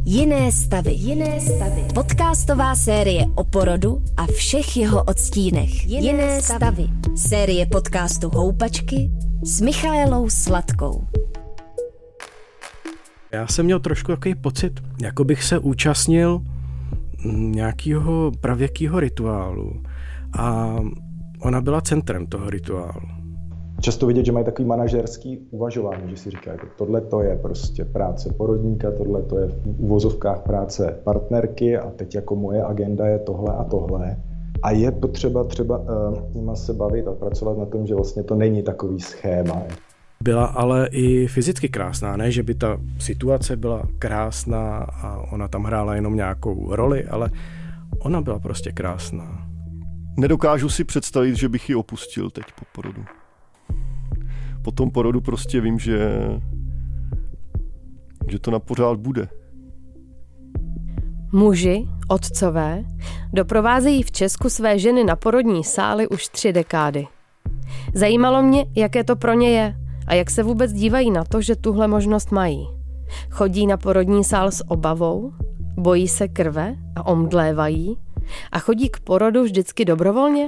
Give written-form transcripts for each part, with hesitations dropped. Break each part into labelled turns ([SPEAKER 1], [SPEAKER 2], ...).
[SPEAKER 1] Jiné stavy. Podcastová série o porodu a všech jeho odstínech. Jiné stavy. Série podcastu Houpačky s Michaelou Sladkou.
[SPEAKER 2] Já jsem měl trošku takový pocit, jako bych se účastnil nějakého pravěkého rituálu a ona byla centrem toho rituálu.
[SPEAKER 3] Často vidět, že mají takový manažerský uvažování, že si říkají, že tohle to je prostě práce porodníka, tohle to je v uvozovkách práce partnerky a teď jako moje agenda je tohle a tohle. A je potřeba třeba nima se bavit a pracovat na tom, že vlastně to není takový schéma.
[SPEAKER 2] Byla ale i fyzicky krásná, ne, že by ta situace byla krásná a ona tam hrála jenom nějakou roli, ale ona byla prostě krásná.
[SPEAKER 4] Nedokážu si představit, že bych ji opustil teď po porodu. Po tom porodu prostě vím, že to na pořád bude.
[SPEAKER 5] Muži, otcové, doprovázejí v Česku své ženy na porodní sály už 3 dekády. Zajímalo mě, jaké to pro ně je a jak se vůbec dívají na to, že tuhle možnost mají. Chodí na porodní sál s obavou, bojí se krve a omdlévají a chodí k porodu vždycky dobrovolně?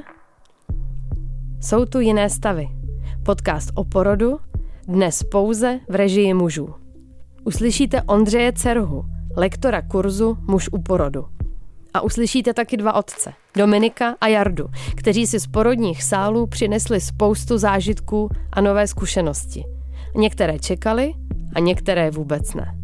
[SPEAKER 5] Jsou tu jiné stavy. Podcast o porodu, dnes pouze v režii mužů. Uslyšíte Ondřeje Cerhu, lektora kurzu Muž u porodu. A uslyšíte taky 2 otce, Dominika a Jardu, kteří si z porodních sálů přinesli spoustu zážitků a nové zkušenosti. Některé čekali a některé vůbec ne.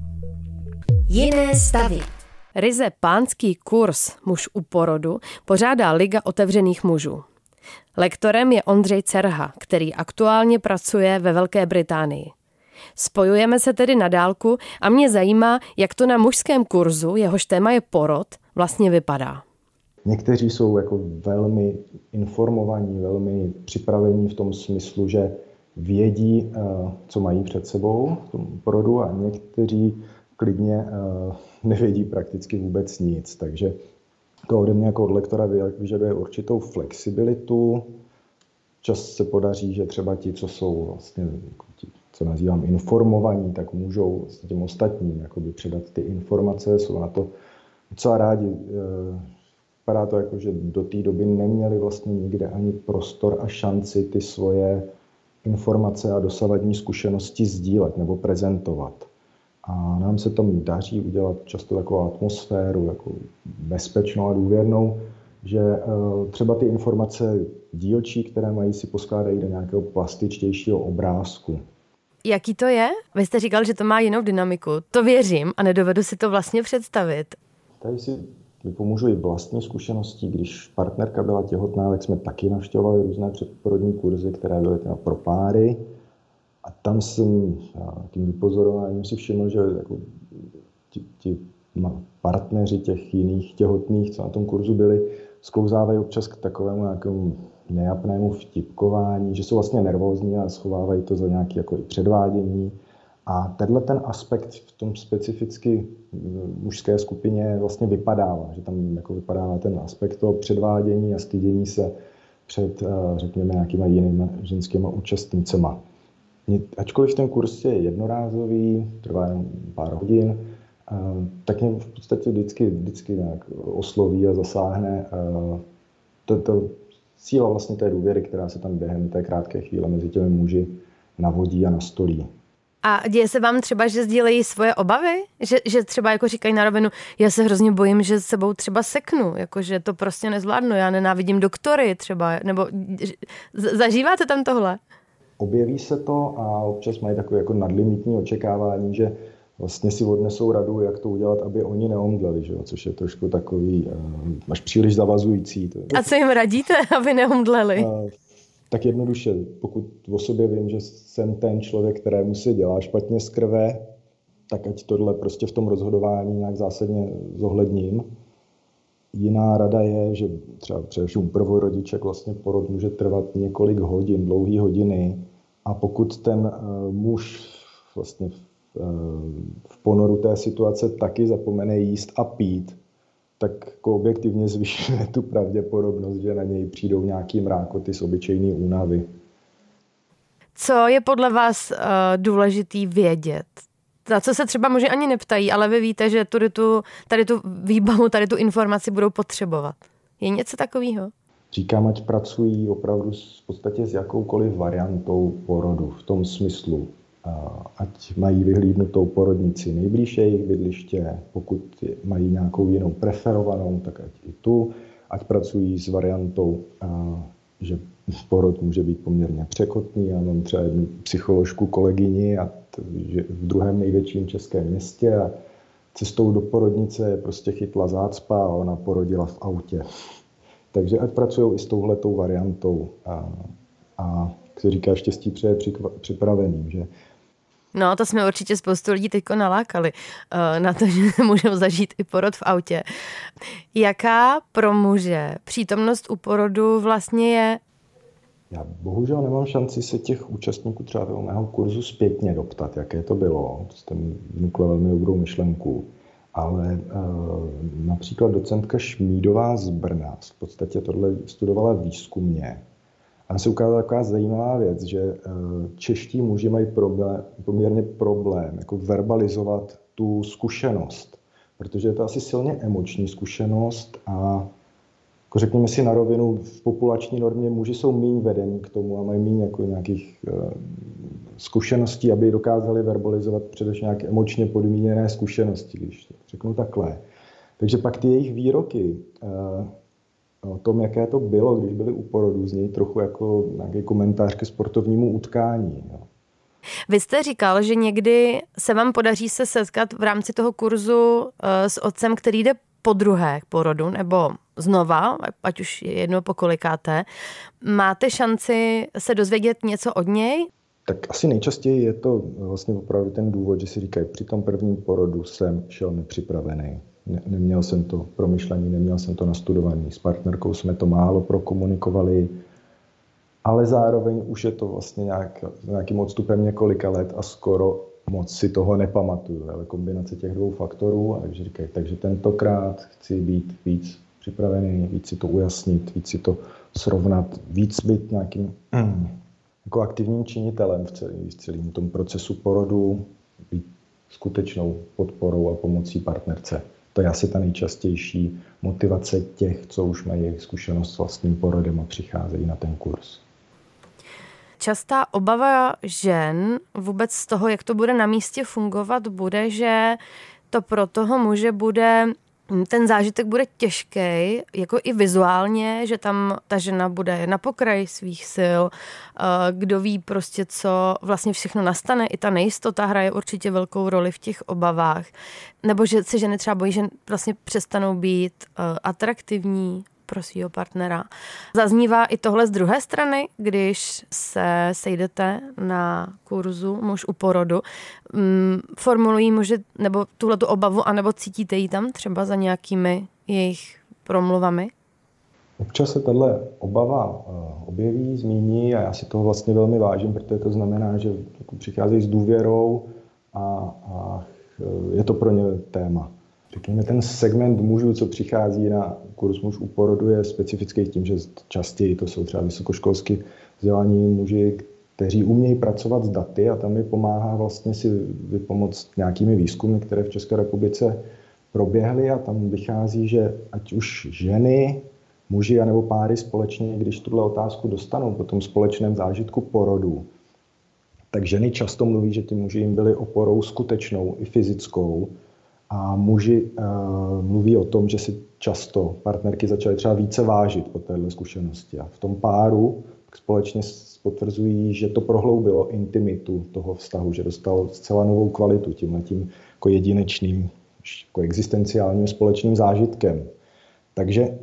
[SPEAKER 1] Jiné stavy.
[SPEAKER 5] Ryze pánský kurz Muž u porodu pořádá Liga otevřených mužů. Lektorem je Ondřej Cerha, který aktuálně pracuje ve Velké Británii. Spojujeme se tedy na dálku a mě zajímá, jak to na mužském kurzu, jehož téma je porod, vlastně vypadá.
[SPEAKER 3] Někteří jsou jako velmi informovaní, velmi připravení v tom smyslu, že vědí, co mají před sebou v tom porodu a někteří klidně nevědí prakticky vůbec nic, takže to ode mě jako od lektora vyžaduje určitou flexibilitu. Čas se podaří, že třeba ti, co jsou vlastně, co nazývám informovaní, tak můžou vlastně těm ostatním jakoby předat ty informace, jsou na to docela rádi. Vypadá to jako, že do té doby neměli vlastně nikde ani prostor a šanci ty svoje informace a dosavadní zkušenosti sdílet nebo prezentovat. A nám se tam daří udělat často takovou atmosféru, jako bezpečnou a důvěrnou, že třeba ty informace dílčí, které mají, si poskládají do nějakého plastičtějšího obrázku.
[SPEAKER 5] Jaký to je? Vy jste říkal, že to má jinou dynamiku. To věřím a nedovedu si to vlastně představit.
[SPEAKER 3] Tady si vypomůžu i vlastní zkušenosti. Když partnerka byla těhotná, tak jsme taky navštěvovali různé předporodní kurzy, které byly pro páry. A tam jsem tím vypozorováním si všiml, že jako ti partneři těch jiných těhotných, co na tom kurzu byli, sklouzávají občas k takovému nějakému nejapnému vtipkování, že jsou vlastně nervózní a schovávají to za nějaké jako i předvádění. A tenhle ten aspekt v tom specificky mužské skupině vlastně vypadává, že tam jako vypadává ten aspekt toho předvádění a stydění se před, řekněme, nějakýma jinými ženskýma účastnicema. Ačkoliv ten kurz je jednorázový, trvá jen pár hodin, tak mě v podstatě vždycky nějak osloví a zasáhne to síla vlastně té důvěry, která se tam během té krátké chvíle mezi těmi muži navodí a nastolí.
[SPEAKER 5] A děje se vám třeba, že sdílejí svoje obavy? Že třeba jako říkají na rovinu, já se hrozně bojím, že s sebou třeba seknu, jako že to prostě nezvládnu, já nenávidím doktory třeba, nebo zažíváte tam tohle?
[SPEAKER 3] Objeví se to a občas mají takové jako nadlimitní očekávání, že vlastně si odnesou radu, jak to udělat, aby oni neomdleli, že? Což je trošku takový až příliš zavazující.
[SPEAKER 5] A co jim radíte, aby neomdleli?
[SPEAKER 3] Tak jednoduše, pokud o sobě vím, že jsem ten člověk, kterému se dělá špatně z krve, tak ať tohle prostě v tom rozhodování nějak zásadně zohledním. Jiná rada je, že třeba především prvorodiček vlastně porod může trvat několik hodin, dlouhé hodiny a pokud ten muž vlastně v ponoru té situace taky zapomene jíst a pít, tak jako objektivně zvyšuje tu pravděpodobnost, že na něj přijdou nějaký mrákoty z obyčejné únavy.
[SPEAKER 5] Co je podle vás důležitý vědět na co se třeba možná ani neptají, ale vy víte, že tady tu výbavu, tady tu informaci budou potřebovat. Je něco takového?
[SPEAKER 3] Říkám, ať pracují opravdu v podstatě s jakoukoliv variantou porodu, v tom smyslu, ať mají vyhlídnutou porodnici nejblíž jejich bydliště, pokud mají nějakou jinou preferovanou, tak ať i tu, ať pracují s variantou, že porod může být poměrně překotný. Já mám třeba jednu psycholožku kolegyni v druhém největším českém městě a cestou do porodnice prostě chytla zácpa a ona porodila v autě. Takže ať pracují i s touhletou variantou a jak se říká, štěstí přeje připraveným, že?
[SPEAKER 5] No, to jsme určitě spoustu lidí teďko nalákali na to, že můžou zažít i porod v autě. Jaká pro muže přítomnost u porodu vlastně je?
[SPEAKER 3] Já bohužel nemám šanci se těch účastníků třeba toho mého kurzu zpětně doptat, jaké to bylo. To jste mi vnukla velmi dobrou myšlenku. Ale například docentka Šmídová z Brna v podstatě tohle studovala výzkumně. A se ukázala taková zajímavá věc, že čeští muži mají poměrně problém jako verbalizovat tu zkušenost, protože je to asi silně emoční zkušenost a jako řekněme si na rovinu, v populační normě muži jsou méně vedení k tomu a mají méně jako nějakých zkušeností, aby dokázali verbalizovat především nějaké emočně podmíněné zkušenosti, když to řeknu takhle. Takže pak ty jejich výroky o tom, jaké to bylo, když byli u porodu, znějí trochu jako nějaký komentář ke sportovnímu utkání. Jo.
[SPEAKER 5] Vy jste říkal, že někdy se vám podaří se setkat v rámci toho kurzu s otcem, který jde podruhé k porodu, nebo znova, ať už je jedno po kolikáté. Máte šanci se dozvědět něco od něj?
[SPEAKER 3] Tak asi nejčastěji je to vlastně opravdu ten důvod, že si říkají, při tom prvním porodu jsem šel nepřipravený. Neměl jsem to promyšlení, neměl jsem to nastudovaný. S partnerkou jsme to málo prokomunikovali, ale zároveň už je to vlastně nějakým odstupem několika let a skoro moc si toho nepamatuju. Ale kombinace těch dvou faktorů, a takže říkají, takže tentokrát chci být víc připravený, víc si to ujasnit, víc si to srovnat, víc být nějakým jako aktivním činitelem v celém tom procesu porodu, být skutečnou podporou a pomocí partnerce. To je asi ta nejčastější motivace těch, co už mají zkušenost s vlastním porodem a přicházejí na ten kurz.
[SPEAKER 5] Častá obava žen vůbec z toho, jak to bude na místě fungovat, bude, že to pro toho muže bude, ten zážitek bude těžký, jako i vizuálně, že tam ta žena bude na pokraji svých sil, kdo ví prostě, co vlastně všechno nastane, i ta nejistota hraje určitě velkou roli v těch obavách, nebo že se ženy třeba bojí, že vlastně přestanou být atraktivní pro svého partnera. Zaznívá i tohle z druhé strany, když se sejdete na kurzu Muž u porodu. Formulují muži nebo tuhletu obavu, anebo cítíte ji tam třeba za nějakými jejich promluvami?
[SPEAKER 3] Občas se tahle obava objeví, zmíní a já si toho vlastně velmi vážím, protože to znamená, že přicházejí s důvěrou a je to pro ně téma. Řekněme, ten segment mužů, co přichází na kurz Muž u porodu, je specifický tím, že častěji to jsou třeba vysokoškolsky vzdělaní muži, kteří umějí pracovat s daty a tam mi pomáhá vlastně si vypomoct nějakými výzkumy, které v České republice proběhly a tam vychází, že ať už ženy, muži anebo páry společně, když tuhle otázku dostanou po tom společném zážitku porodu, tak ženy často mluví, že ty muži jim byli oporou skutečnou i fyzickou. A muži mluví o tom, že si často partnerky začaly třeba více vážit po téhle zkušenosti. A v tom páru společně potvrzují, že to prohloubilo intimitu toho vztahu, že dostal zcela novou kvalitu tímhletím jako jedinečným, jako existenciálním společným zážitkem. Takže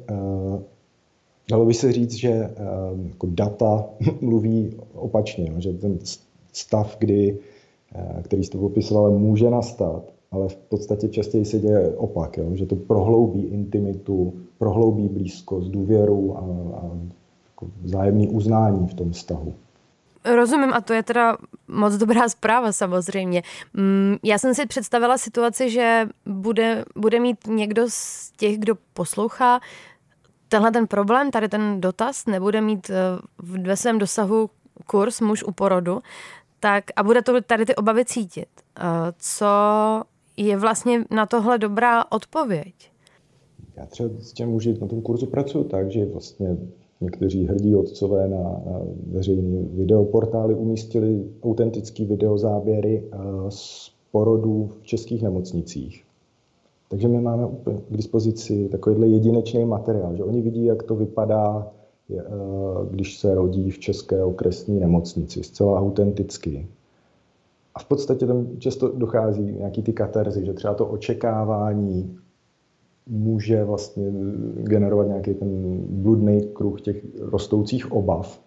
[SPEAKER 3] dalo by se říct, že jako data mluví opačně, že ten stav, který jste popisoval, může nastat, ale v podstatě častěji se děje opak, jo? Že to prohloubí intimitu, prohloubí blízkost, důvěru a jako vzájemné uznání v tom vztahu.
[SPEAKER 5] Rozumím a to je teda moc dobrá zpráva samozřejmě. Já jsem si představila situaci, že bude mít někdo z těch, kdo poslouchá tenhle ten problém, tady ten dotaz, nebude mít ve svém dosahu kurz Muž u porodu, tak a bude to tady ty obavy cítit. Co je vlastně na tohle dobrá odpověď?
[SPEAKER 3] Já třeba s těmi muži na tom kurzu pracuji tak, že vlastně někteří hrdí otcové na veřejné videoportály umístili autentické videozáběry z porodů v českých nemocnicích. Takže my máme úplně k dispozici takovýhle jedinečný materiál, že oni vidí, jak to vypadá, když se rodí v české okresní nemocnici, zcela autenticky. A v podstatě tam často dochází nějaký ty katarzy, že třeba to očekávání může vlastně generovat nějaký ten bludný kruh těch rostoucích obav.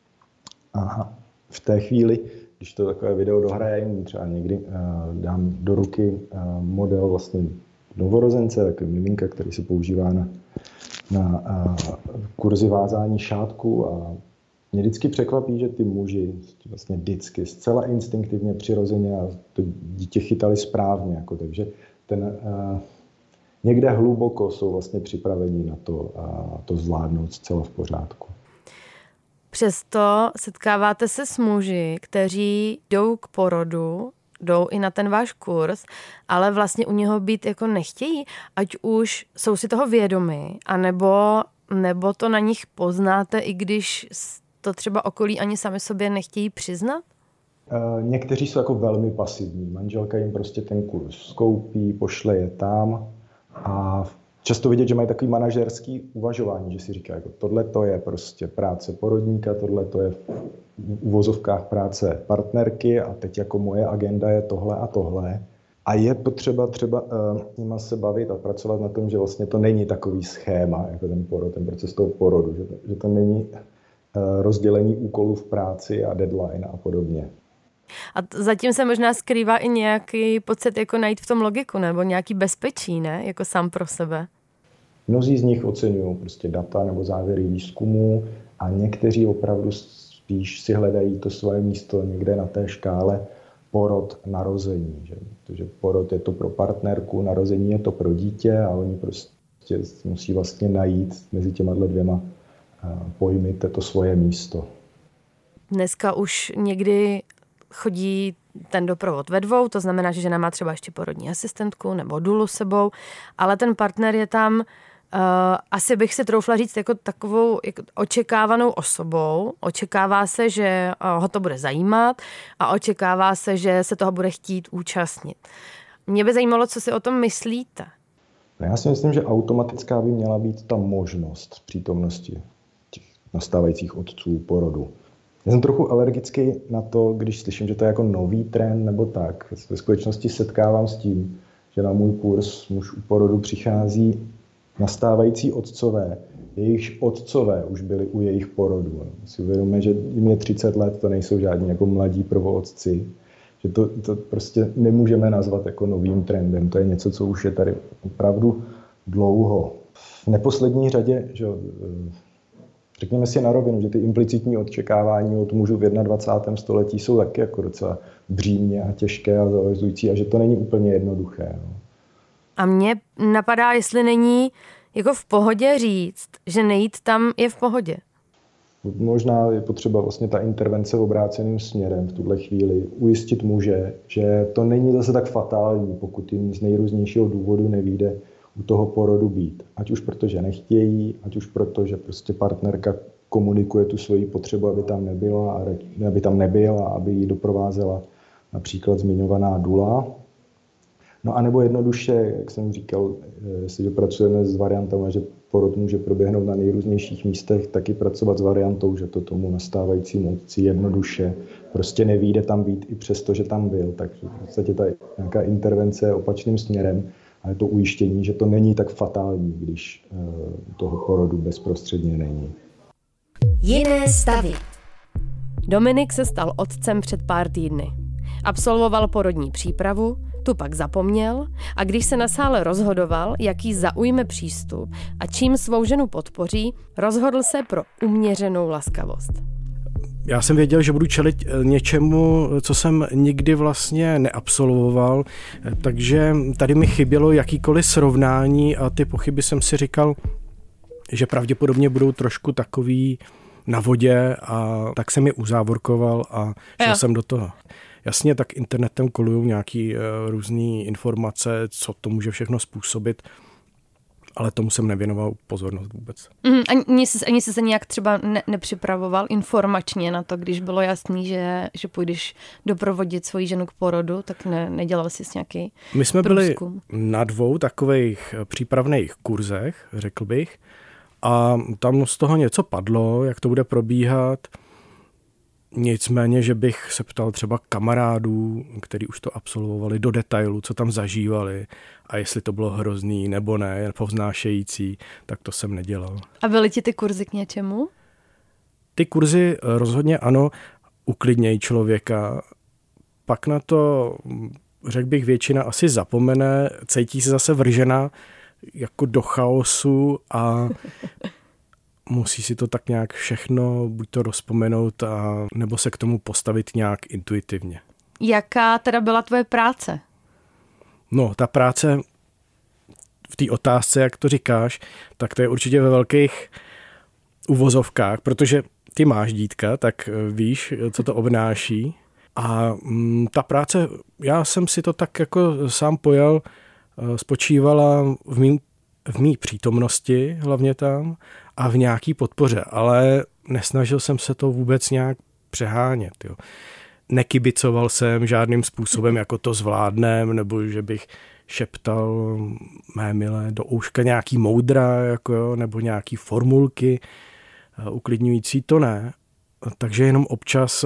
[SPEAKER 3] A v té chvíli, když to takové video dohrajím, třeba někdy dám do ruky model vlastně novorozence, takový miminka, který se používá na kurzy vázání šátku, a mě vždycky překvapí, že ty muži vlastně vždycky zcela instinktivně, přirozeně a to dítě chytali správně. Jako, takže někde hluboko jsou vlastně připraveni na to zvládnout zcela v pořádku.
[SPEAKER 5] Přesto setkáváte se s muži, kteří jdou k porodu, jdou i na ten váš kurz, ale vlastně u něho být jako nechtějí, ať už jsou si toho vědomi, nebo to na nich poznáte, i když to třeba okolí ani sami sobě nechtějí přiznat?
[SPEAKER 3] Někteří jsou jako velmi pasivní. Manželka jim prostě ten kurz skoupí, pošle je tam a často vidět, že mají takový manažerský uvažování, že si říká, jako tohle to je prostě práce porodníka, tohle to je v uvozovkách práce partnerky a teď jako moje agenda je tohle a tohle. A je potřeba třeba s nima se bavit a pracovat na tom, že vlastně to není takový schéma, jako ten porod, ten proces toho porodu, že to není rozdělení úkolů v práci a deadline a podobně.
[SPEAKER 5] A zatím se možná skrývá i nějaký pocit jako najít v tom logiku nebo nějaký bezpečí, ne? Jako sám pro sebe.
[SPEAKER 3] Mnozí z nich oceňují prostě data nebo závěry výzkumu a někteří opravdu spíš si hledají to svoje místo někde na té škále porod, narození. Že? Protože porod je to pro partnerku, narození je to pro dítě a oni prostě musí vlastně najít mezi těma dvěma pojmy to svoje místo.
[SPEAKER 5] Dneska už někdy chodí ten doprovod ve dvou, to znamená, že žena má třeba ještě porodní asistentku nebo dulu sebou, ale ten partner je tam, asi bych si troufla říct, jako takovou jako očekávanou osobou. Očekává se, že ho to bude zajímat a očekává se, že se toho bude chtít účastnit. Mě by zajímalo, co si o tom myslíte.
[SPEAKER 3] Já si myslím, že automatická by měla být ta možnost přítomnosti těch nastávajících otců porodu. Já jsem trochu alergický na to, když slyším, že to je jako nový trend nebo tak. Ve skutečnosti setkávám s tím, že na můj kurz muž u porodu přichází nastávající otcové. Jejichž otcové už byli u jejich porodu. Si uvědomíme, že jim je 30 let, to nejsou žádní jako mladí prvootci. Že to prostě nemůžeme nazvat jako novým trendem. To je něco, co už je tady opravdu dlouho. V neposlední řadě, že řekněme si na rovinu, že ty implicitní očekávání od mužů v 21. století jsou taky jako docela břímně a těžké a zavazující a že to není úplně jednoduché. No.
[SPEAKER 5] A mě napadá, jestli není jako v pohodě říct, že nejít tam je v pohodě.
[SPEAKER 3] Možná je potřeba vlastně ta intervence obráceným směrem v tuhle chvíli ujistit muže, že to není zase tak fatální, pokud jim z nejrůznějšího důvodu nevyjde u toho porodu být. Ať už protože nechtějí, ať už proto, že prostě partnerka komunikuje tu svoji potřebu, aby tam nebyla, aby ji doprovázela například zmiňovaná dula. No a nebo jednoduše, jak jsem říkal, jestliže pracujeme s variantami, že porod může proběhnout na nejrůznějších místech, taky pracovat s variantou, že to tomu nastávajícímu otci jednoduše prostě nevyjde tam být i přesto, že tam byl. Takže v podstatě ta nějaká intervence je opačným směrem a je to ujištění, že to není tak fatální, když toho porodu bezprostředně není.
[SPEAKER 1] Jiné stavy.
[SPEAKER 5] Dominik se stal otcem před pár týdny. Absolvoval porodní přípravu, tu pak zapomněl a když se na sále rozhodoval, jaký zaujme přístup a čím svou ženu podpoří, rozhodl se pro uměřenou laskavost.
[SPEAKER 2] Já jsem věděl, že budu čelit něčemu, co jsem nikdy vlastně neabsolvoval, takže tady mi chybělo jakýkoliv srovnání a ty pochyby jsem si říkal, že pravděpodobně budou trošku takový na vodě a tak jsem je uzávorkoval a šel jsem do toho. Jasně, tak internetem kolují nějaký různý informace, co to může všechno způsobit, ale tomu jsem nevěnoval pozornost vůbec.
[SPEAKER 5] Ani jsi se nějak třeba nepřipravoval informačně na to, když bylo jasný, že půjdeš doprovodit svoji ženu k porodu, tak nedělal jsi nějaký
[SPEAKER 2] My jsme
[SPEAKER 5] průzkum.
[SPEAKER 2] byli na 2 takových přípravných kurzech, řekl bych, a tam z toho něco padlo, jak to bude probíhat. Nicméně, že bych se ptal třeba kamarádů, kteří už to absolvovali do detailu, co tam zažívali a jestli to bylo hrozný nebo ne, povznášející, tak to jsem nedělal.
[SPEAKER 5] A byly ti ty kurzy k něčemu?
[SPEAKER 2] Ty kurzy rozhodně ano, uklidnějí člověka. Pak na to, řekl bych, většina asi zapomene, cítí se zase vržena jako do chaosu a musí si to tak nějak všechno buď to rozpomenout, nebo se k tomu postavit nějak intuitivně.
[SPEAKER 5] Jaká teda byla tvoje práce?
[SPEAKER 2] No, ta práce v té otázce, jak to říkáš, tak to je určitě ve velkých uvozovkách, protože ty máš dítka, tak víš, co to obnáší. A ta já jsem si to tak jako sám pojal, spočívala v mý přítomnosti, hlavně tam, a v nějaký podpoře, ale nesnažil jsem se to vůbec nějak přehánět. Jo. Nekybicoval jsem žádným způsobem, jako to zvládnem, nebo že bych šeptal mé milé do ouška nějaký moudra, jako jo, nebo nějaký formulky uklidňující, to ne. Takže jenom občas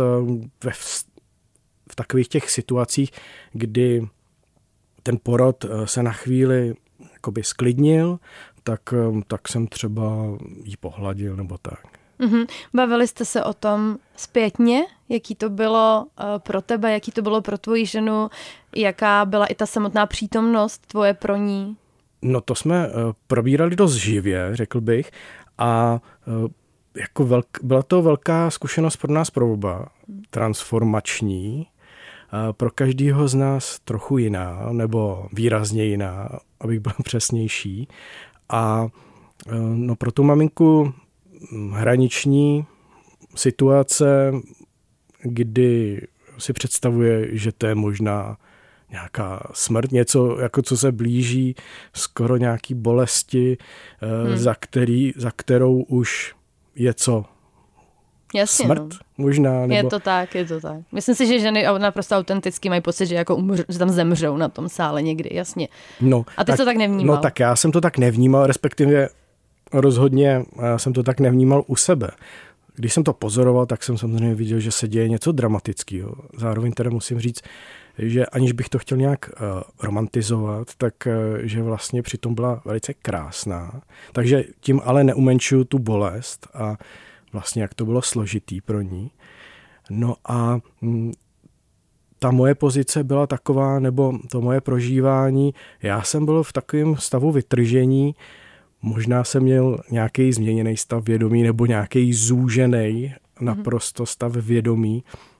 [SPEAKER 2] v takových těch situacích, kdy ten porod se na chvíli jakoby sklidnil, tak jsem třeba jí pohladil nebo tak.
[SPEAKER 5] Bavili jste se o tom zpětně? Jaký to bylo pro tebe, jaký to bylo pro tvoji ženu? Jaká byla i ta samotná přítomnost tvoje pro ní?
[SPEAKER 2] No to jsme probírali dost živě, řekl bych. A jako byla to velká zkušenost pro nás pro oba, transformační. Pro každého z nás trochu jiná, nebo výrazně jiná, abych byl přesnější. A no pro tu maminku hraniční situace, kdy si představuje, že to je možná nějaká smrt, něco, jako co se blíží, skoro nějaký bolesti, za kterou už je co?
[SPEAKER 5] Jasně,
[SPEAKER 2] smrt možná? Nebo...
[SPEAKER 5] Je to tak. Myslím si, že ženy naprosto autenticky mají pocit, že jako že tam zemřou na tom sále někdy, jasně.
[SPEAKER 2] No,
[SPEAKER 5] a ty jsi to tak nevnímal?
[SPEAKER 2] No tak já jsem to tak nevnímal, respektive rozhodně jsem to tak nevnímal u sebe. Když jsem to pozoroval, tak jsem samozřejmě viděl, že se děje něco dramatického. Zároveň teda musím říct, že aniž bych to chtěl nějak romantizovat, tak že vlastně přitom byla velice krásná. Takže tím ale neumenšuju tu bolest a vlastně jak to bylo složitý pro ní. No a ta moje pozice byla taková, nebo to moje prožívání, já jsem byl v takovém stavu vytržení, možná jsem měl nějaký změněný stav vědomí nebo nějaký zúžený naprosto stav vědomí.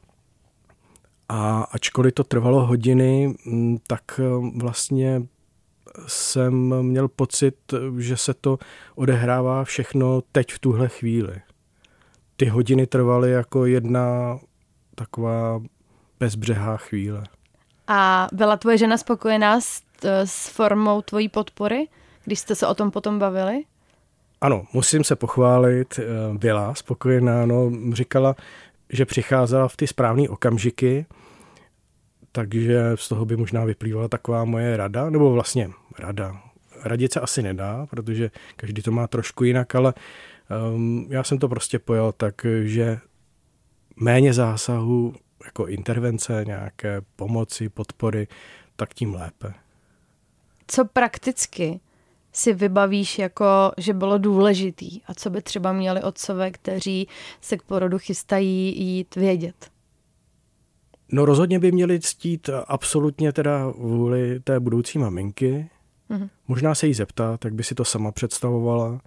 [SPEAKER 2] A ačkoliv to trvalo hodiny, tak vlastně jsem měl pocit, že se to odehrává všechno teď v tuhle chvíli. Ty hodiny trvaly jako jedna taková bezbřehá chvíle.
[SPEAKER 5] A byla tvoje žena spokojená s formou tvojí podpory, když jste se o tom potom bavili?
[SPEAKER 2] Ano, musím se pochválit, byla spokojená, no, říkala, že přicházela v ty správné okamžiky, takže z toho by možná vyplývala taková moje rada, nebo vlastně rada. Radit se asi nedá, protože každý to má trošku jinak, ale já jsem to prostě pojal tak, že méně zásahu, jako intervence, nějaké pomoci, podpory, tak tím lépe.
[SPEAKER 5] Co prakticky si vybavíš, jako že bylo důležitý a co by třeba měli otcové, kteří se k porodu chystají, jít vědět?
[SPEAKER 2] No rozhodně by měli ctít absolutně teda vůli té budoucí maminky. Možná se jí zeptat, jak by si to sama představovala.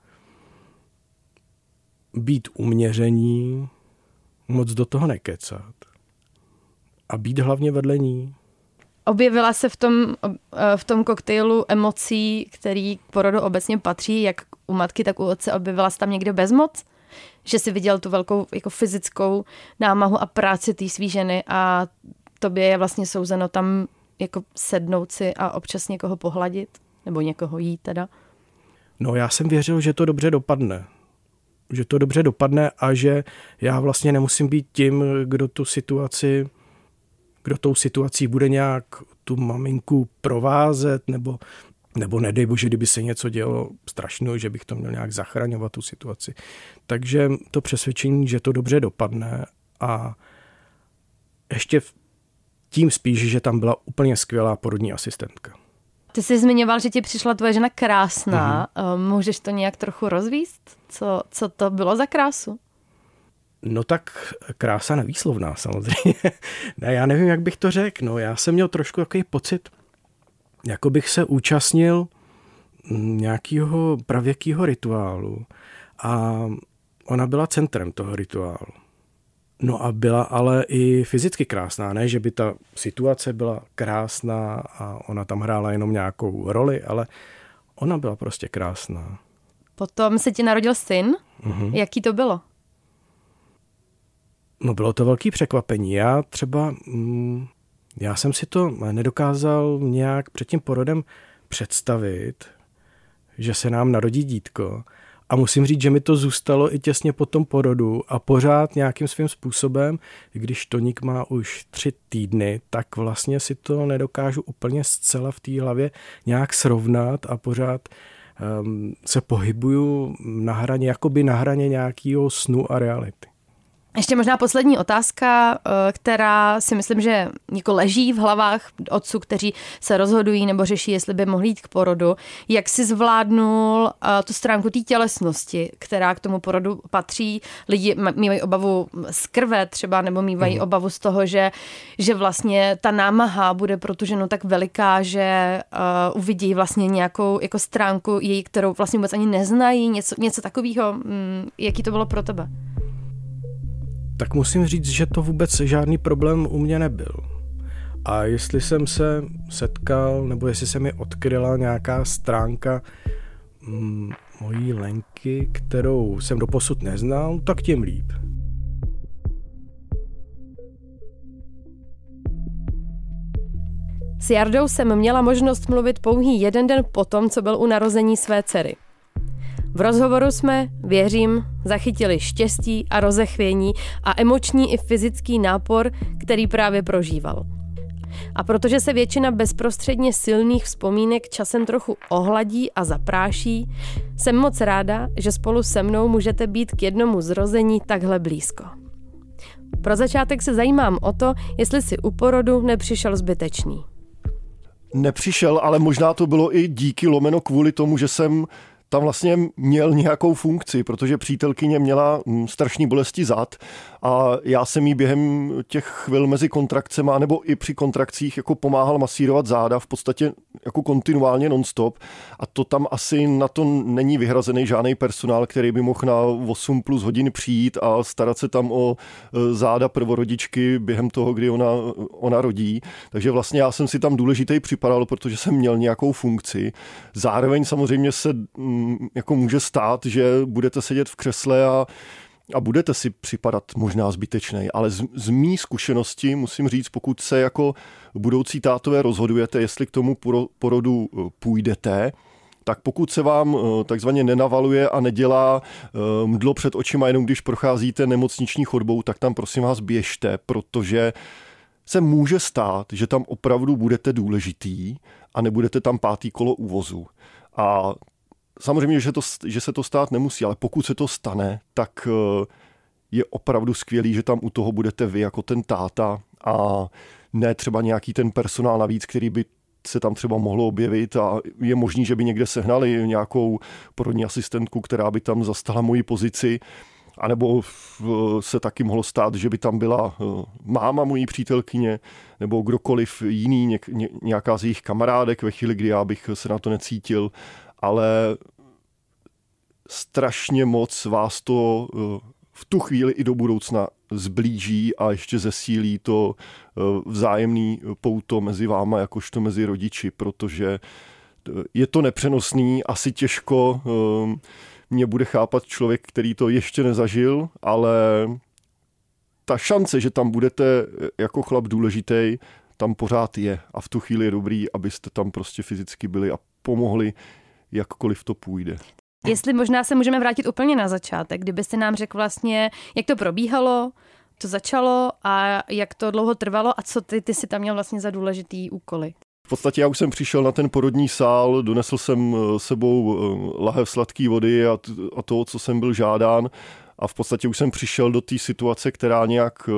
[SPEAKER 2] Být uměření, moc do toho nekecat. A být hlavně vedle ní.
[SPEAKER 5] Objevila se v tom koktejlu emocí, který k porodu obecně patří, jak u matky, tak u otce, objevila se tam někde bezmoc? Že si viděl tu velkou jako fyzickou námahu a práci té svý ženy a tobě je vlastně souzeno tam jako sednout si a občas někoho pohladit? Nebo někoho jít teda?
[SPEAKER 2] No já jsem věřil, že to dobře dopadne. Že to dobře dopadne a že já vlastně nemusím být tím, kdo tou situací bude nějak tu maminku provázet, nebo nedej bože, kdyby se něco dělo strašného, že bych to měl nějak zachraňovat tu situaci. Takže to přesvědčení, že to dobře dopadne a ještě tím spíš, že tam byla úplně skvělá porodní asistentka.
[SPEAKER 5] Ty jsi zmiňoval, že ti přišla tvoje žena krásná. Můžeš to nějak trochu rozvíst? Co to bylo za krásu?
[SPEAKER 2] No tak krása nevýslovná samozřejmě. Ne, já nevím, jak bych to řekl. No, já jsem měl trošku takový pocit, jako bych se účastnil nějakého pravěkého rituálu a ona byla centrem toho rituálu. No a byla ale i fyzicky krásná, ne, že by ta situace byla krásná a ona tam hrála jenom nějakou roli, ale ona byla prostě krásná.
[SPEAKER 5] Potom se ti narodil syn. Jaký to bylo?
[SPEAKER 2] No bylo to velký překvapení. Já jsem si to nedokázal nějak před tím porodem představit, že se nám narodí dítko. A musím říct, že mi to zůstalo i těsně po tom porodu a pořád nějakým svým způsobem, když Toník má už 3 týdny, tak vlastně si to nedokážu úplně zcela v té hlavě nějak srovnat a pořád se pohybuju jakoby na hraně nějakého snu a reality.
[SPEAKER 5] Ještě možná poslední otázka, která si myslím, že jako leží v hlavách otců, kteří se rozhodují nebo řeší, jestli by mohli jít k porodu. Jak jsi zvládnul tu stránku té tělesnosti, která k tomu porodu patří? Lidi mývají obavu z krve třeba, nebo mývají obavu z toho, že vlastně ta námaha bude pro tu ženu tak veliká, že uvidí vlastně nějakou jako stránku její, kterou vlastně vůbec ani neznají, něco takového. Jaký to bylo pro tebe?
[SPEAKER 2] Tak musím říct, že to vůbec žádný problém u mě nebyl. A jestli jsem se setkal, nebo jestli se mi odkryla nějaká stránka mojí Lenky, kterou jsem doposud neznal, tak tím líp.
[SPEAKER 5] S Jardou jsem měla možnost mluvit pouhý 1 den potom, co byl u narození své dcery. V rozhovoru jsme, věřím, zachytili štěstí a rozechvění a emoční i fyzický nápor, který právě prožíval. A protože se většina bezprostředně silných vzpomínek časem trochu ohladí a zapráší, jsem moc ráda, že spolu se mnou můžete být k jednomu zrození takhle blízko. Pro začátek se zajímám o to, jestli si u porodu nepřišel zbytečný.
[SPEAKER 4] Nepřišel, ale možná to bylo i díky / kvůli tomu, že jsem tam vlastně měl nějakou funkci, protože přítelkyně měla strašný bolesti zad a já jsem jí během těch chvil mezi kontrakcema nebo i při kontrakcích jako pomáhal masírovat záda v podstatě jako kontinuálně non-stop a to tam asi na to není vyhrazený žádný personál, který by mohl na 8+ hodin přijít a starat se tam o záda prvorodičky během toho, kdy ona rodí. Takže vlastně já jsem si tam důležitý připadal, protože jsem měl nějakou funkci. Zároveň samozřejmě se jako může stát, že budete sedět v křesle a budete si připadat možná zbytečnej, ale z mý zkušenosti musím říct, pokud se jako budoucí tátové rozhodujete, jestli k tomu porodu půjdete, tak pokud se vám takzvaně nenavaluje a nedělá mdlo před očima, jenom když procházíte nemocniční chodbou, tak tam prosím vás běžte, protože se může stát, že tam opravdu budete důležitý a nebudete tam 5. kolo úvozu. A samozřejmě, že se to stát nemusí, ale pokud se to stane, tak je opravdu skvělý, že tam u toho budete vy jako ten táta a ne třeba nějaký ten personál navíc, který by se tam třeba mohlo objevit a je možný, že by někde sehnali nějakou porodní asistentku, která by tam zastala moji pozici, anebo se taky mohlo stát, že by tam byla máma mojí přítelkyně nebo kdokoliv jiný, nějaká z jejich kamarádek ve chvíli, kdy já bych se na to necítil, ale strašně moc vás to v tu chvíli i do budoucna zblíží a ještě zesílí to vzájemný pouto mezi váma, jakožto mezi rodiči, protože je to nepřenosný, asi těžko mě bude chápat člověk, který to ještě nezažil, ale ta šance, že tam budete jako chlap důležitý, tam pořád je. A v tu chvíli je dobrý, abyste tam prostě fyzicky byli a pomohli, jakkoliv to půjde.
[SPEAKER 5] Jestli možná se můžeme vrátit úplně na začátek, kdybyste nám řekl vlastně, jak to probíhalo, to začalo a jak to dlouho trvalo a co ty si tam měl vlastně za důležitý úkoly.
[SPEAKER 4] V podstatě já už jsem přišel na ten porodní sál, donesl jsem sebou lahev sladké vody a toho, co jsem byl žádán a v podstatě už jsem přišel do té situace, která nějak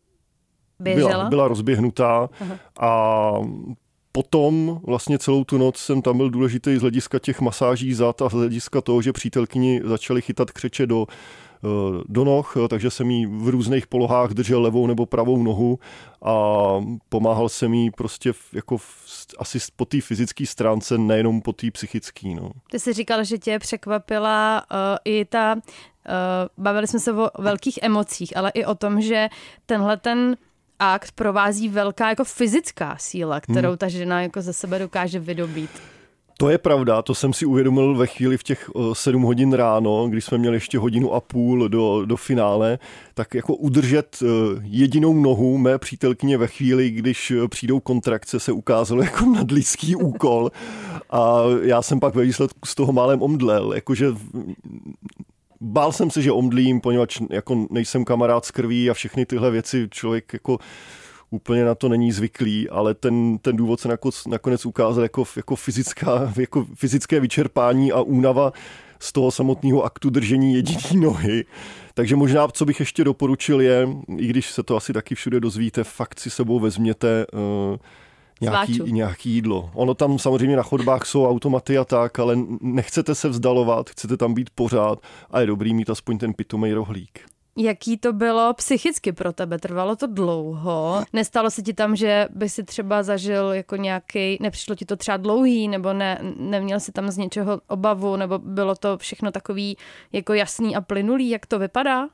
[SPEAKER 4] byla rozběhnutá. Aha. A potom vlastně celou tu noc jsem tam byl důležitý z hlediska těch masáží zad a z hlediska toho, že přítelkyni začaly chytat křeče do noh, takže jsem jí v různých polohách držel levou nebo pravou nohu a pomáhal jsem jí prostě asi po té fyzické stránce, nejenom po té psychické. No.
[SPEAKER 5] Ty jsi říkal, že tě překvapila i ta, bavili jsme se o velkých emocích, ale i o tom, že tenhle ten akt provází velká jako fyzická síla, kterou ta žena jako ze sebe dokáže vydobít.
[SPEAKER 4] To je pravda, to jsem si uvědomil ve chvíli v těch 7 hodin ráno, když jsme měli ještě 1,5 hodiny do finále, tak jako udržet jedinou nohu mé přítelkyně ve chvíli, když přijdou kontrakce, se ukázalo jako nadlidský úkol a já jsem pak ve výsledku z toho málem omdlel, jakože bál jsem se, že omdlím, poněvadž jako nejsem kamarád s krví a všechny tyhle věci člověk jako úplně na to není zvyklý, ale ten důvod se nakonec ukázal jako fyzické vyčerpání a únava z toho samotného aktu držení jediné nohy. Takže možná, co bych ještě doporučil je, i když se to asi taky všude dozvíte, fakt si sebou vezměte nějaký jídlo. Ono tam samozřejmě na chodbách jsou automaty a tak, ale nechcete se vzdalovat, chcete tam být pořád a je dobrý mít aspoň ten pitomej rohlík.
[SPEAKER 5] Jaký to bylo psychicky pro tebe? Trvalo to dlouho? Nestalo se ti tam, že by si třeba zažil jako nějaký, nepřišlo ti to třeba dlouhý, nebo neměl si tam z něčeho obavu, nebo bylo to všechno takový jako jasný a plynulý? Jak to vypadá?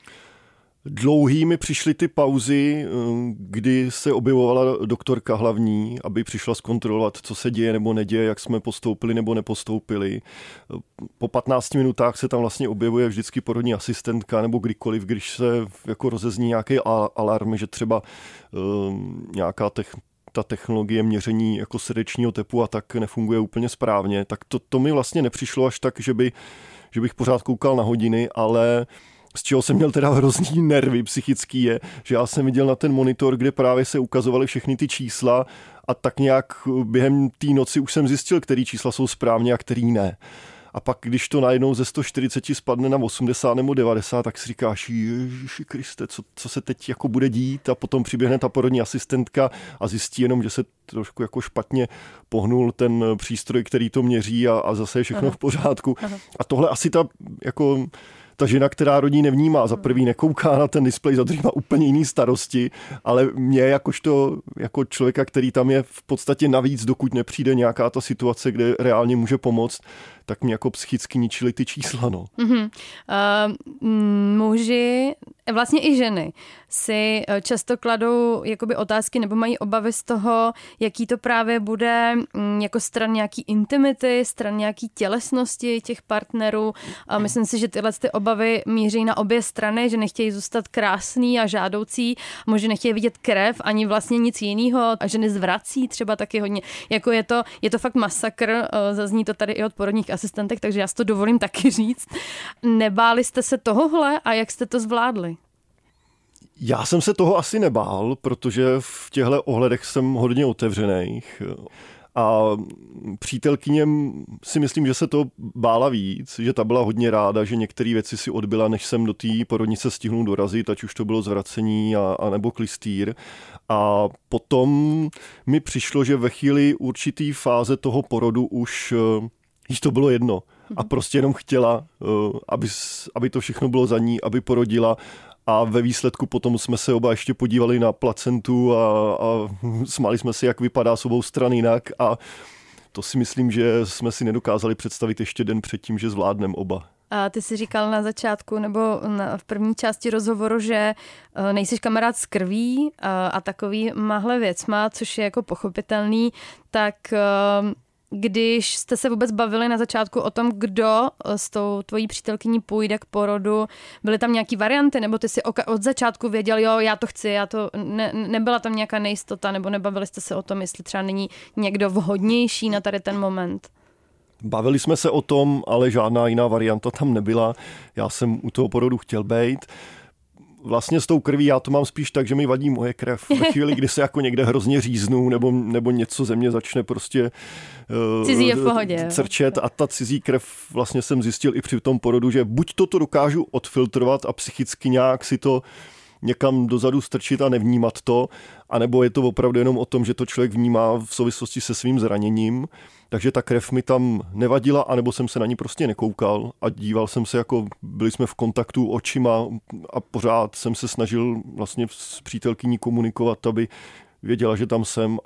[SPEAKER 4] Dlouhý mi přišly ty pauzy, kdy se objevovala doktorka hlavní, aby přišla zkontrolovat, co se děje nebo neděje, jak jsme postoupili nebo nepostoupili. Po 15 minutách se tam vlastně objevuje vždycky porodní asistentka nebo kdykoliv, když se jako rozezní nějaký alarm, že třeba nějaká ta technologie měření jako srdečního tepu a tak nefunguje úplně správně. Tak to mi vlastně nepřišlo až tak, že bych pořád koukal na hodiny, ale z čeho jsem měl teda hrozný nervy psychický je, že já jsem viděl na ten monitor, kde právě se ukazovaly všechny ty čísla a tak nějak během té noci už jsem zjistil, který čísla jsou správně a který ne. A pak, když to najednou ze 140 spadne na 80 nebo 90, tak si říkáš, Ježiši Kriste, co se teď jako bude dít? A potom přiběhne ta porodní asistentka a zjistí jenom, že se trošku jako špatně pohnul ten přístroj, který to měří a zase je všechno v pořádku. Aha. A tohle asi ta žena, která rodí, nevnímá. Za prvý nekouká na ten displej, za druhý má úplně jiný starosti, ale mě jako člověka, který tam je v podstatě navíc, dokud nepřijde nějaká ta situace, kde reálně může pomoct, tak mě jako psychicky ničily ty čísla. No.
[SPEAKER 5] Muži, vlastně i ženy, si často kladou jakoby otázky nebo mají obavy z toho, jaký to právě bude jako stran nějaký intimity, stran nějaký tělesnosti těch partnerů. A myslím si, že tyhle ty obavy míří na obě strany, že nechtějí zůstat krásný a žádoucí, muži nechtějí vidět krev, ani vlastně nic jiného. A ženy zvrací třeba taky hodně. Jako je to fakt masakr, zazní to tady i od porodních asistentek, takže já si to dovolím taky říct. Nebáli jste se tohohle a jak jste to zvládli?
[SPEAKER 4] Já jsem se toho asi nebál, protože v těchto ohledech jsem hodně otevřených. A přítelkyně si myslím, že se to bála víc, že ta byla hodně ráda, že některé věci si odbyla, než jsem do té porodnice stihnul dorazit, ať už to bylo zvracení a nebo klystýr. A potom mi přišlo, že ve chvíli určitý fáze toho porodu už jí to bylo jedno. A prostě jenom chtěla, aby to všechno bylo za ní, aby porodila. A ve výsledku potom jsme se oba ještě podívali na placentu a smáli jsme si, jak vypadá s obou stran jinak. A to si myslím, že jsme si nedokázali představit ještě den předtím, že zvládneme oba.
[SPEAKER 5] A ty jsi říkal na začátku nebo v první části rozhovoru, že nejsiš kamarád s krví a takovýmahle věcma, což je jako pochopitelný, tak když jste se vůbec bavili na začátku o tom, kdo s tou tvojí přítelkyní půjde k porodu, byly tam nějaký varianty, nebo ty si od začátku věděl, jo, já to chci, nebyla tam nějaká nejistota, nebo nebavili jste se o tom, jestli třeba není někdo vhodnější na tady ten moment?
[SPEAKER 4] Bavili jsme se o tom, ale žádná jiná varianta tam nebyla. Já jsem u toho porodu chtěl bejt. Vlastně s tou krví já to mám spíš tak, že mi vadí moje krev. Ve chvíli, kdy se jako někde hrozně říznu nebo něco ze mě začne prostě
[SPEAKER 5] cizí je v pohodě,
[SPEAKER 4] crčet a ta cizí krev vlastně jsem zjistil i při tom porodu, že buď to dokážu odfiltrovat a psychicky nějak si to někam dozadu strčit a nevnímat to, anebo je to opravdu jenom o tom, že to člověk vnímá v souvislosti se svým zraněním, takže ta krev mi tam nevadila, anebo jsem se na ní prostě nekoukal a díval jsem se, jako byli jsme v kontaktu očima a pořád jsem se snažil vlastně s přítelkyní komunikovat, aby věděla, že tam jsem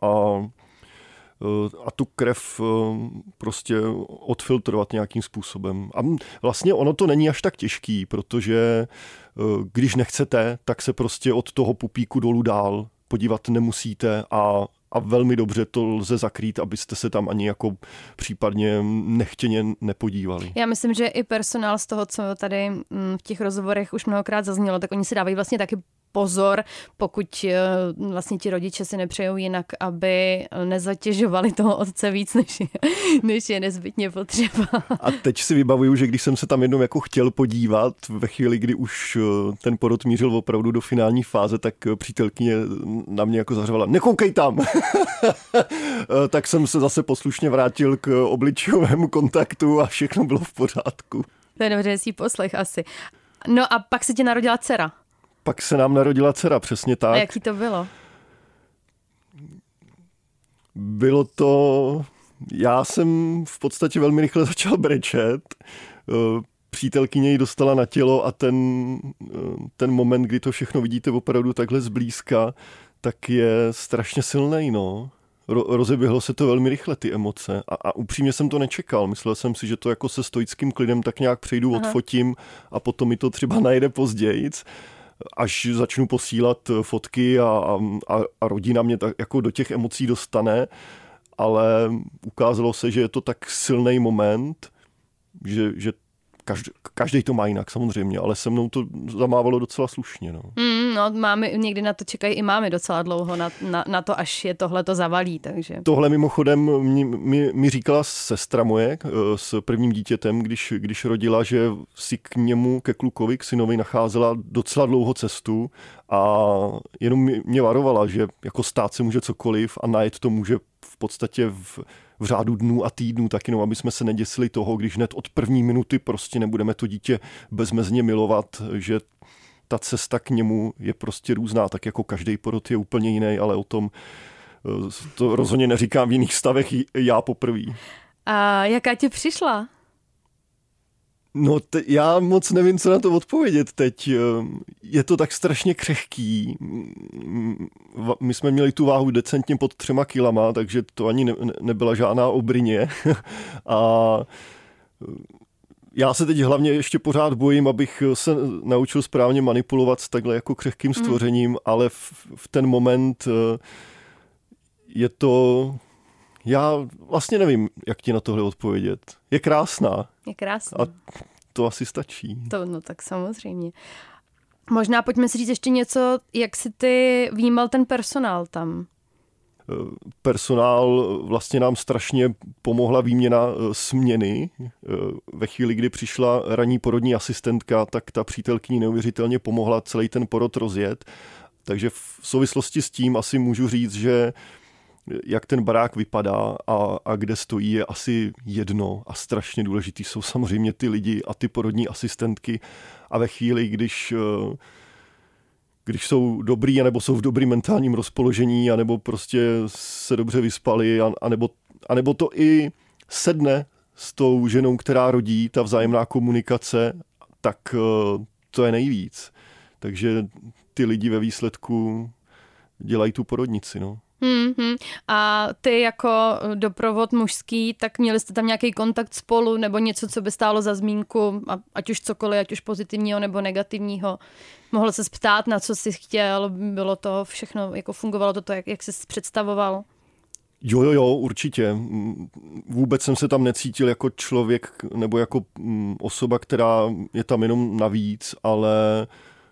[SPEAKER 4] a tu krev prostě odfiltrovat nějakým způsobem. A vlastně ono to není až tak těžký, protože když nechcete, tak se prostě od toho pupíku dolů dál podívat nemusíte a velmi dobře to lze zakrýt, abyste se tam ani jako případně nechtěně nepodívali.
[SPEAKER 5] Já myslím, že i personál z toho, co tady v těch rozhovorech už mnohokrát zaznělo, tak oni si dávají vlastně taky pozor, pokud vlastně ti rodiče si nepřejou jinak, aby nezatěžovali toho otce víc, než je nezbytně potřeba.
[SPEAKER 4] A teď si vybavuju, že když jsem se tam jednou jako chtěl podívat, ve chvíli, kdy už ten porod mířil opravdu do finální fáze, tak přítelkyně na mě jako zařvala, nekoukej tam! Tak jsem se zase poslušně vrátil k obličovému kontaktu a všechno bylo v pořádku.
[SPEAKER 5] To je dobře, hezký poslech asi. No a pak se ti narodila dcera.
[SPEAKER 4] Pak se nám narodila dcera, přesně tak.
[SPEAKER 5] A jaký to bylo?
[SPEAKER 4] Bylo to... Já jsem v podstatě velmi rychle začal brečet. Přítelkyně ji dostala na tělo a ten moment, kdy to všechno vidíte opravdu takhle zblízka, tak je strašně silný, no. Rozeběhlo se to velmi rychle, ty emoce. A upřímně jsem to nečekal. Myslel jsem si, že to jako se stoickým klidem tak nějak přejdu, odfotím a potom mi to třeba najde pozdějc. Až začnu posílat fotky a rodina mě tak jako do těch emocí dostane, ale ukázalo se, že je to tak silný moment, že každý to má jinak samozřejmě, ale se mnou to zamávalo docela slušně. No.
[SPEAKER 5] No, mámy někdy na to čekají i mámy docela dlouho, na to, až je tohle to zavalí. Takže.
[SPEAKER 4] Tohle mimochodem mi říkala sestra moje s prvním dítětem, když rodila, že si k němu, ke klukovi, k synovi nacházela docela dlouho cestu a jenom mě varovala, že jako stát se může cokoliv a najet to může v podstatě v řádu dnů a týdnů, tak jenom aby jsme se neděsili toho, když hned od první minuty prostě nebudeme to dítě bezmezně milovat, že ta cesta k němu je prostě různá, tak jako každý porod je úplně jiný, ale o tom to rozhodně neříkám v jiných stavech já poprvé.
[SPEAKER 5] A jaká ti přišla?
[SPEAKER 4] No, já moc nevím, co na to odpovědět teď. Je to tak strašně křehký. My jsme měli tu váhu decentně pod 3 kilama, takže to ani nebyla žádná obrině. A já se teď hlavně ještě pořád bojím, abych se naučil správně manipulovat s takhle jako křehkým stvořením, ale v ten moment je to... Já vlastně nevím, jak ti na tohle odpovědět. Je krásná.
[SPEAKER 5] Je krásná.
[SPEAKER 4] A to asi stačí.
[SPEAKER 5] No tak samozřejmě. Možná pojďme si říct ještě něco, jak si ty vnímal ten personál tam.
[SPEAKER 4] Personál vlastně nám strašně pomohla výměna směny. Ve chvíli, kdy přišla ranní porodní asistentka, tak ta přítelkyni neuvěřitelně pomohla celý ten porod rozjet. Takže v souvislosti s tím asi můžu říct, že jak ten barák vypadá a kde stojí, je asi jedno a strašně důležitý jsou samozřejmě ty lidi a ty porodní asistentky a ve chvíli, když jsou dobrý, anebo jsou v dobrým mentálním rozpoložení, anebo prostě se dobře vyspali, anebo to i sedne s tou ženou, která rodí, ta vzájemná komunikace, tak to je nejvíc. Takže ty lidi ve výsledku dělají tu porodnici, no.
[SPEAKER 5] A ty jako doprovod mužský, tak měli jste tam nějaký kontakt spolu nebo něco, co by stálo za zmínku, ať už cokoliv, ať už pozitivního nebo negativního. Mohl se ptát, na co jsi chtěl, bylo to všechno, jako fungovalo to jak jsi představoval?
[SPEAKER 4] Jo, určitě. Vůbec jsem se tam necítil jako člověk nebo jako osoba, která je tam jenom navíc, ale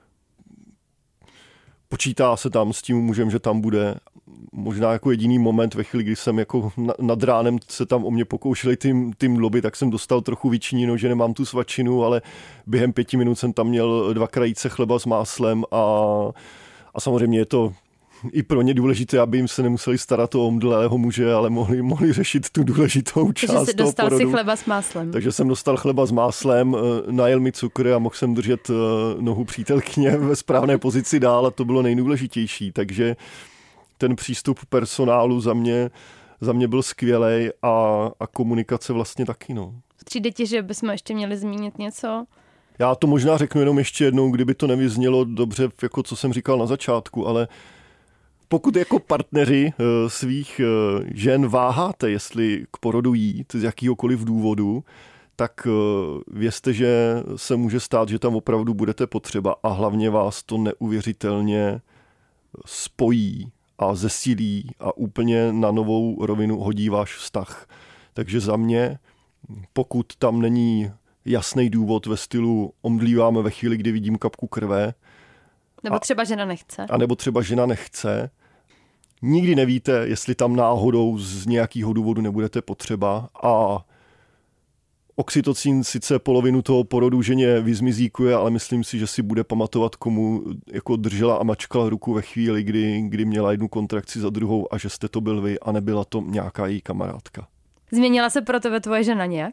[SPEAKER 4] počítá se tam s tím mužem, že tam bude. Možná jako jediný moment ve chvíli, kdy jsem jako nad ránem se tam o mě pokoušeli ty mdloby, tak jsem dostal trochu vyčiněno, že nemám tu svačinu, ale během 5 minut jsem tam měl 2 krajíce chleba s máslem a samozřejmě je to i pro ně důležité, aby jim se nemuseli starat o omdlého muže, ale mohli řešit tu důležitou část toho porodu.
[SPEAKER 5] Takže jsi dostal si chleba s máslem.
[SPEAKER 4] Takže jsem dostal chleba s máslem, najel mi cukr a mohl jsem držet nohu přítelkyně ve správné pozici dál a to bylo nejdůležitější. Takže ten přístup personálu za mě byl skvělej a komunikace vlastně taky. No.
[SPEAKER 5] Přijde ti, že bychom ještě měli zmínit něco?
[SPEAKER 4] Já to možná řeknu jenom ještě jednou, kdyby to nevyznělo dobře, jako co jsem říkal na začátku, ale pokud jako partneři svých žen váháte, jestli k porodu jít z jakýhokoliv důvodu, tak vězte, že se může stát, že tam opravdu budete potřeba a hlavně vás to neuvěřitelně spojí a zesílí a úplně na novou rovinu hodí váš vztah. Takže za mě, pokud tam není jasný důvod ve stylu omdlíváme ve chvíli, kdy vidím kapku krve,
[SPEAKER 5] nebo třeba žena nechce.
[SPEAKER 4] A nebo třeba žena nechce. Nikdy nevíte, jestli tam náhodou z nějakého důvodu nebudete potřeba a oxytocin sice polovinu toho porodu ženě vyzmizíkuje, ale myslím si, že si bude pamatovat, komu jako držela a mačkala ruku ve chvíli, kdy měla jednu kontrakci za druhou a že jste to byl vy a nebyla to nějaká její kamarádka.
[SPEAKER 5] Změnila se pro tebe tvoje žena nějak?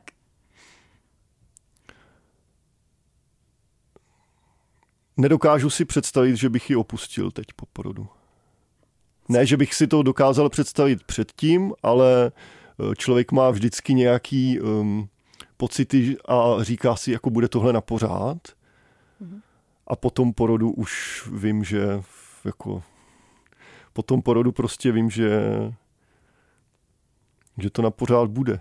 [SPEAKER 4] Nedokážu si představit, že bych ji opustil teď po porodu. Ne, že bych si to dokázal představit předtím, ale člověk má vždycky nějaký pocity a říká si, jako bude tohle na pořád. A po tom porodu už vím, že jako po tom porodu prostě vím, že to na pořád bude.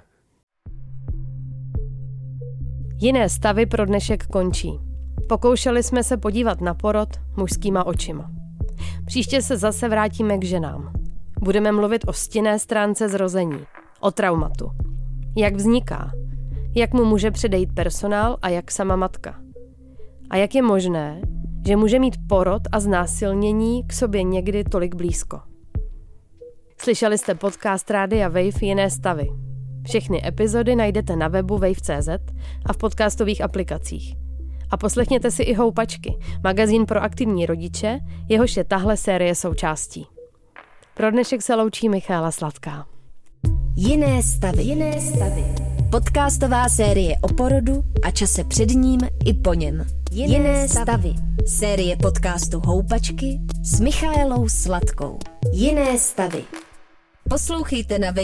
[SPEAKER 5] Jiné stavy pro dnešek končí. Pokoušeli jsme se podívat na porod mužskýma očima. Příště se zase vrátíme k ženám. Budeme mluvit o stinné stránce zrození, o traumatu. Jak vzniká, jak mu může předejít personál a jak sama matka. A jak je možné, že může mít porod a znásilnění k sobě někdy tolik blízko. Slyšeli jste podcast Rádia Wave Jiné stavy. Všechny epizody najdete na webu wave.cz a v podcastových aplikacích. A poslechněte si i Houpačky, magazín pro aktivní rodiče, jehož je tahle série součástí. Pro dnešek se loučí Michaela Sladká.
[SPEAKER 1] Jiné stavy. Podcastová série o porodu a čase před ním i po něm. Jiné stavy. Série podcastu Houpačky s Michaelou Sladkou. Jiné stavy. Poslouchejte na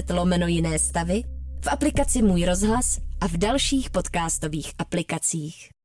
[SPEAKER 1] wave.cz/jiné stavy, v aplikaci Můj rozhlas a v dalších podcastových aplikacích.